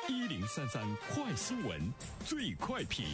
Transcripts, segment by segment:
1033快新闻最快评。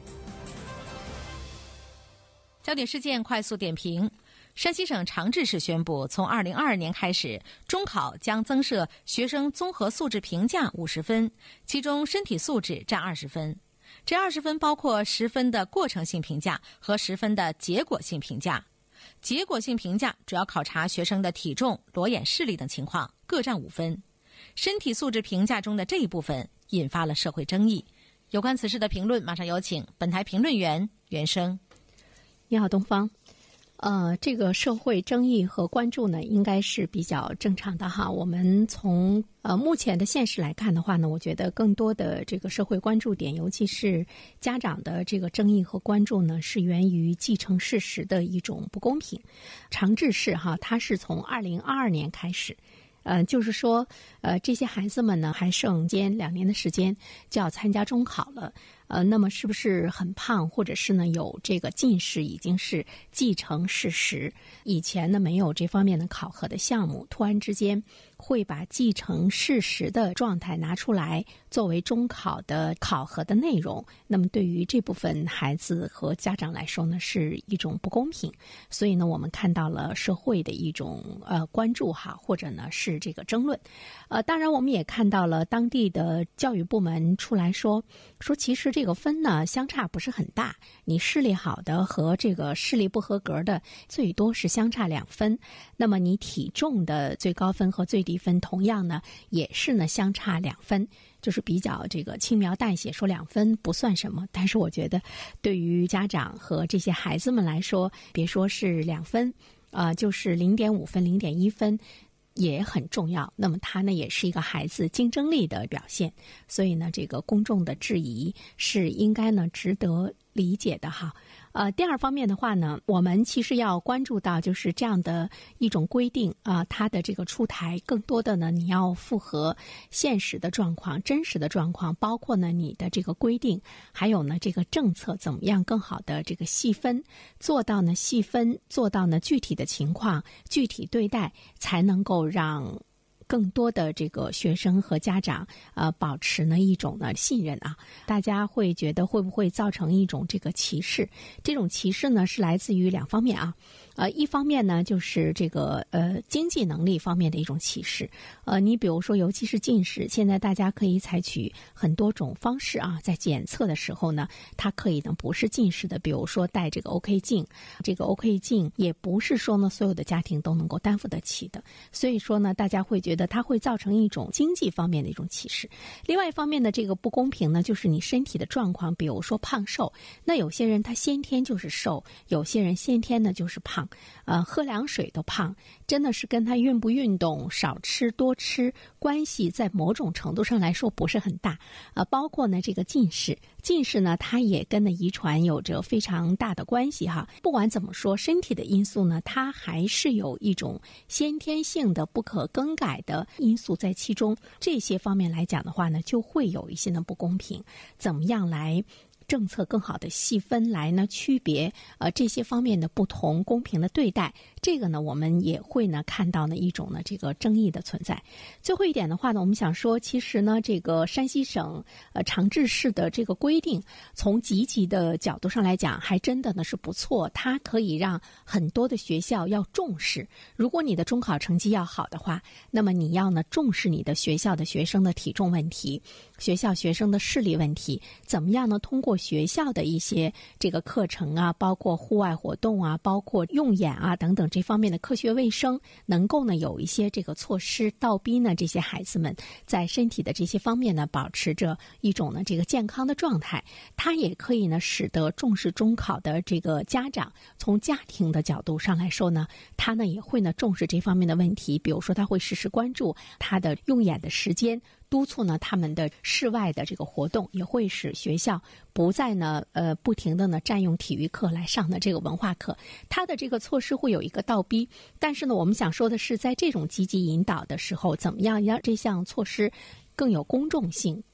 焦点事件快速点评。山西省长治市宣布，从2022年开始，中考将增设学生综合素质评价50分，其中身体素质占20分。这20分包括10分的过程性评价和10分的结果性评价。结果性评价主要考察学生的体重、裸眼视力等情况，各占5分。身体素质评价中的这一部分引发了社会争议。有关此事的评论，马上有请本台评论员袁生。 你好，东方。这个社会争议和关注呢，应该是比较正常的哈。我们从目前的现实来看的话呢，我觉得更多的这个社会关注点，尤其是家长的这个争议和关注呢，是源于继承事实的一种不公平。长治市哈，它是从2022年开始。就是说，这些孩子们呢，还剩2年的时间就要参加中考了。那么是不是很胖，或者是呢有这个近视，已经是既成事实。以前呢没有这方面的考核的项目，突然之间会把既成事实的状态拿出来作为中考的考核的内容。那么对于这部分孩子和家长来说呢，是一种不公平。所以呢，我们看到了社会的一种关注哈，或者呢是这个争论。当然我们也看到了当地的教育部门出来说其实这个分呢相差不是很大，你视力好的和这个视力不合格的最多是相差2分，那么你体重的最高分和最低分同样呢也是呢相差2分，就是比较这个轻描淡写说2分不算什么。但是我觉得对于家长和这些孩子们来说，别说是2分就是0.5分、0.1分也很重要。那么它呢也是一个孩子竞争力的表现，所以呢这个公众的质疑是应该呢值得理解的哈。第二方面的话呢，我们其实要关注到就是这样的一种规定它的这个出台，更多的呢你要符合现实的状况、真实的状况，包括呢你的这个规定，还有呢这个政策怎么样更好的这个细分，做到呢细分，做到呢具体的情况具体对待，才能够让更多的这个学生和家长保持呢一种呢信任啊。大家会觉得会不会造成一种这个歧视？这种歧视呢是来自于2方面啊。一方面呢就是这个经济能力方面的一种歧视。你比如说尤其是近视，现在大家可以采取很多种方式啊，在检测的时候呢，它可以呢不是近视的，比如说戴这个 OK 镜，这个 OK 镜也不是说呢所有的家庭都能够担负得起的。所以说呢，大家会觉得它会造成一种经济方面的一种歧视。另外一方面的这个不公平呢，就是你身体的状况，比如说胖瘦，那有些人他先天就是瘦，有些人先天呢就是胖，喝凉水都胖，真的是跟他运不运动、少吃多吃关系在某种程度上来说不是很大。包括呢这个近视呢，它也跟呢遗传有着非常大的关系哈。不管怎么说，身体的因素呢，它还是有一种先天性的不可更改的因素在其中。这些方面来讲的话呢，就会有一些呢不公平。怎么样来政策更好的细分来呢区别这些方面的不同，公平的对待，这个呢我们也会呢看到呢一种呢这个争议的存在。最后一点的话呢，我们想说，其实呢这个山西省长治市的这个规定，从积极的角度上来讲，还真的呢是不错，它可以让很多的学校要重视。如果你的中考成绩要好的话，那么你要呢重视你的学校的学生的体重问题，学校学生的视力问题，怎么样呢通过学校的一些这个课程啊，包括户外活动啊，包括用眼啊等等这方面的科学卫生，能够呢有一些这个措施，倒逼呢这些孩子们在身体的这些方面呢保持着一种呢这个健康的状态。它也可以呢使得重视中考的这个家长，从家庭的角度上来说呢，他呢也会呢重视这方面的问题。比如说他会时时关注他的用眼的时间，督促呢他们的室外的这个活动，也会使学校不再呢不停的呢占用体育课来上的这个文化课。它的这个措施会有一个倒逼，但是呢我们想说的是，在这种积极引导的时候，怎么样让这项措施更有公众性，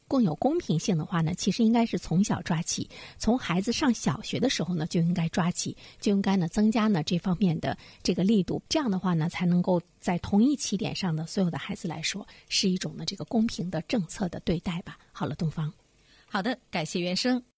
更有公平性的话呢，其实应该是从小抓起，从孩子上小学的时候呢就应该抓起，就应该呢增加呢这方面的这个力度，这样的话呢才能够在同一起点上的所有的孩子来说是一种呢这个公平的政策的对待吧。好了，东方。 好的，感谢原生。